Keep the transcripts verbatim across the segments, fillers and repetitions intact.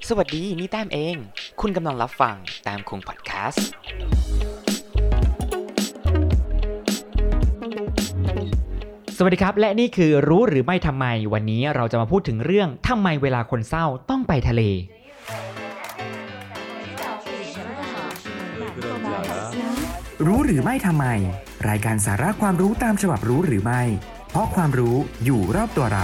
สวัสดีนี่แต้มเองคุณกำลังรับฟังแต้มคงพอดแคสต์สวัสดีครับและนี่คือรู้หรือไม่ทำไมวันนี้เราจะมาพูดถึงเรื่องทำไมเวลาคนเศร้าต้องไปทะเลรู้หรือไม่ทำไมรายการสาระความรู้ตามฉบับรู้หรือไม่เพราะความรู้อยู่รอบตัวเรา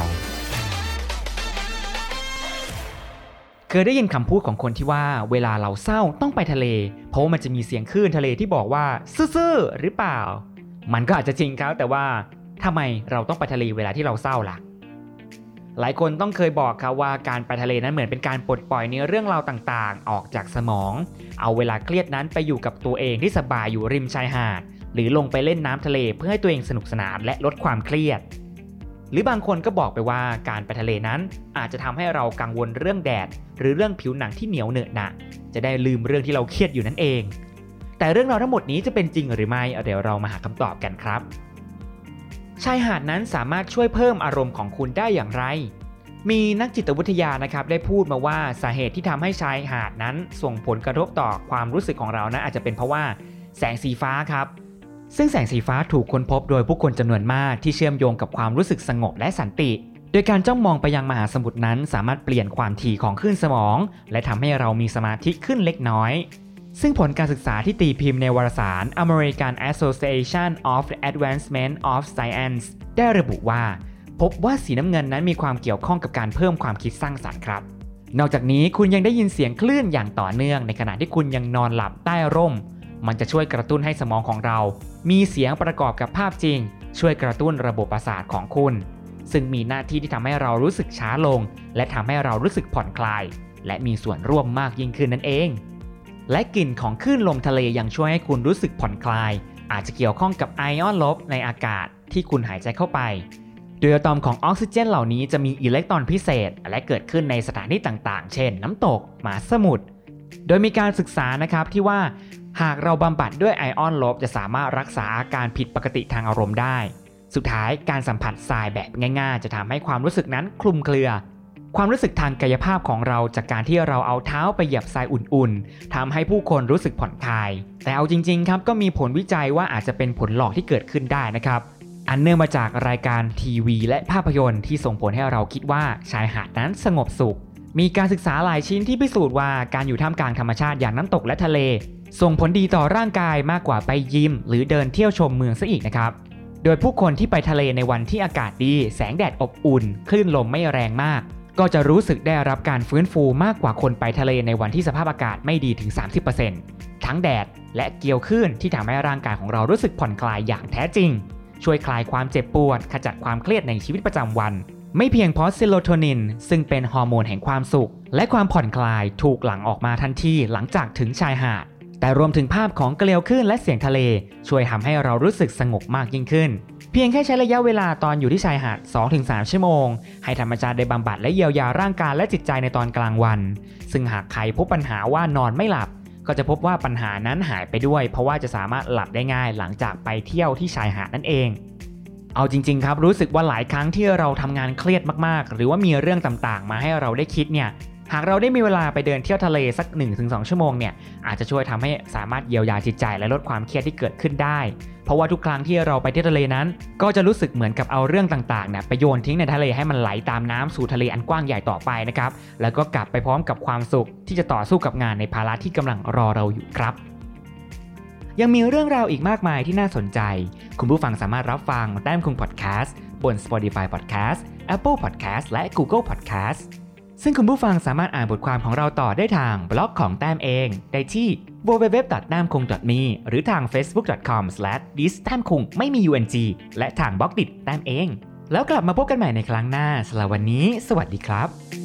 เคยได้ยินคำพูดของคนที่ว่าเวลาเราเศร้าต้องไปทะเลเพราะมันจะมีเสียงคลื่นทะเลที่บอกว่าซื่อๆหรือเปล่ามันก็อาจจะจริงครับแต่ว่าทำไมเราต้องไปทะเลเวลาที่เราเศร้าล่ะหลายคนต้องเคยบอกครับว่าการไปทะเลนั้นเหมือนเป็นการปลดปล่อยในเรื่องราวต่างๆออกจากสมองเอาเวลาเครียดนั้นไปอยู่กับตัวเองที่สบายอยู่ริมชายหาดหรือลงไปเล่นน้ำทะเลเพื่อให้ตัวเองสนุกสนานและลดความเครียดหรือบางคนก็บอกไปว่าการไปทะเลนั้นอาจจะทำให้เรากังวลเรื่องแดดหรือเรื่องผิวหนังที่เหนียวเหนอะหนะจะได้ลืมเรื่องที่เราเครียดอยู่นั่นเองแต่เรื่องราวทั้งหมดนี้จะเป็นจริงหรือไม่เดี๋ยวเรามาหาคำตอบกันครับชายหาดนั้นสามารถช่วยเพิ่มอารมณ์ของคุณได้อย่างไรมีนักจิตวิทยานะครับได้พูดมาว่าสาเหตุที่ทำให้ชายหาดนั้นส่งผลกระทบต่อความรู้สึกของเรานั้นอาจจะเป็นเพราะว่าแสงสีฟ้าครับซึ่งแสงสีฟ้าถูกค้นพบโดยผู้คนจำนวนมากที่เชื่อมโยงกับความรู้สึกสงบและสันติโดยการจ้องมองไปยังมหาสมุทรนั้นสามารถเปลี่ยนความถี่ของคลื่นสมองและทำให้เรามีสมาธิขึ้นเล็กน้อยซึ่งผลการศึกษาที่ตีพิมพ์ในวารสาร American Association of the Advancement of Science ได้ระบุว่าพบว่าสีน้ำเงินนั้นมีความเกี่ยวข้องกับการเพิ่มความคิดสร้างสรรค์ครับนอกจากนี้คุณยังได้ยินเสียงคลื่นอย่างต่อเนื่องในขณะที่คุณยังนอนหลับใต้ร่มมันจะช่วยกระตุ้นให้สมองของเรามีเสียงประกอบกับภาพจริงช่วยกระตุ้นระบบประสาทของคุณซึ่งมีหน้าที่ที่ทำให้เรารู้สึกช้าลงและทำให้เรารู้สึกผ่อนคลายและมีส่วนร่วมมากยิ่งขึ้นนั่นเองและกลิ่นของคลื่นลมทะเลยังช่วยให้คุณรู้สึกผ่อนคลายอาจจะเกี่ยวข้องกับไอออนลบในอากาศที่คุณหายใจเข้าไปโดยอะตอมของออกซิเจนเหล่านี้จะมีอิเล็กตรอนพิเศษและเกิดขึ้นในสถานที่ต่างๆเช่นน้ำตกมหาสมุทรโดยมีการศึกษานะครับที่ว่าหากเราบำบัดด้วยไอออนลบจะสามารถรักษาอาการผิดปกติทางอารมณ์ได้สุดท้ายการสัมผัสทรายแบบง่ายๆจะทำให้ความรู้สึกนั้นคลุมเครือความรู้สึกทางกายภาพของเราจากการที่เราเอาเท้าไปเหยียบทรายอุ่นๆทำให้ผู้คนรู้สึกผ่อนคลายแต่เอาจริงๆครับก็มีผลวิจัยว่าอาจจะเป็นผลหลอกที่เกิดขึ้นได้นะครับอันเนื่องมาจากรายการทีวีและภาพยนตร์ที่ส่งผลให้เราคิดว่าชายหาดนั้นสงบสุขมีการศึกษาหลายชิ้นที่พิสูจน์ว่าการอยู่ท่ามกลางธรรมชาติอย่างน้ำตกและทะเลส่งผลดีต่อร่างกายมากกว่าไปยิมหรือเดินเที่ยวชมเมืองซะอีกนะครับโดยผู้คนที่ไปทะเลในวันที่อากาศดีแสงแดดอบอุ่นคลื่นลมไม่แรงมากก็จะรู้สึกได้รับการฟื้นฟูมากกว่าคนไปทะเลในวันที่สภาพอากาศไม่ดีถึง สามสิบเปอร์เซ็นต์ ทั้งแดดและเกลียวคลื่นที่ทำให้ร่างกายของเรารู้สึกผ่อนคลายอย่างแท้จริงช่วยคลายความเจ็บปวดขจัดความเครียดในชีวิตประจำวันไม่เพียงเพราะเซโรโทนินซึ่งเป็นฮอร์โมนแห่งความสุขและความผ่อนคลายถูกหลั่งออกมาทันทีหลังจากถึงชายหาดแต่รวมถึงภาพของเกลียวคลื่นและเสียงทะเลช่วยทำให้เรารู้สึกสงบมากยิ่งขึ้นเพียงแค่ใช้ระยะเวลาตอนอยู่ที่ชายหาด สองถึงสาม ชั่วโมงให้ธรรมชาติได้บำบัดและเยียวยาร่างกายและจิตใจในตอนกลางวันซึ่งหากใครพบปัญหาว่านอนไม่หลับก็จะพบว่าปัญหานั้นหายไปด้วยเพราะว่าจะสามารถหลับได้ง่ายหลังจากไปเที่ยวที่ชายหาดนั่นเองเอาจริงๆครับรู้สึกว่าหลายครั้งที่เราทำงานเครียดมากๆหรือว่ามีเรื่องต่างๆมาให้เราได้คิดเนี่ยหากเราได้มีเวลาไปเดินเที่ยวทะเลสัก หนึ่งถึงสอง ชั่วโมงเนี่ยอาจจะช่วยทำให้สามารถเยียวยาจิตใจและลดความเครียดที่เกิดขึ้นได้เพราะว่าทุกครั้งที่เราไปเที่ยวทะเลนั้นก็จะรู้สึกเหมือนกับเอาเรื่องต่างๆเนี่ยไปโยนทิ้งในทะเลให้มันไหลตามน้ำสู่ทะเลอันกว้างใหญ่ต่อไปนะครับแล้วก็กลับไปพร้อมกับความสุขที่จะต่อสู้กับงานในภาระที่กำลังรอเราอยู่ครับยังมีเรื่องราวอีกมากมายที่น่าสนใจคุณผู้ฟังสามารถรับฟังแต้มคุงพอดแคสต์บน Spotify Podcast Apple Podcast และ Google Podcast ซึ่งคุณผู้ฟังสามารถอ่านบทความของเราต่อได้ทางบล็อกของแต้มเองได้ที่ ดับเบิลยู ดับเบิลยู ดับเบิลยู ดอท แต้มคุง ดอท มี หรือทาง เฟซบุ๊ก ดอท คอม สแลช ดิส แต้มคุงไม่มี ยู เอ็น จี และทางบล็อกดิแต้มเองแล้วกลับมาพบกันใหม่ในครั้งหน้าสำหรับวันนี้สวัสดีครับ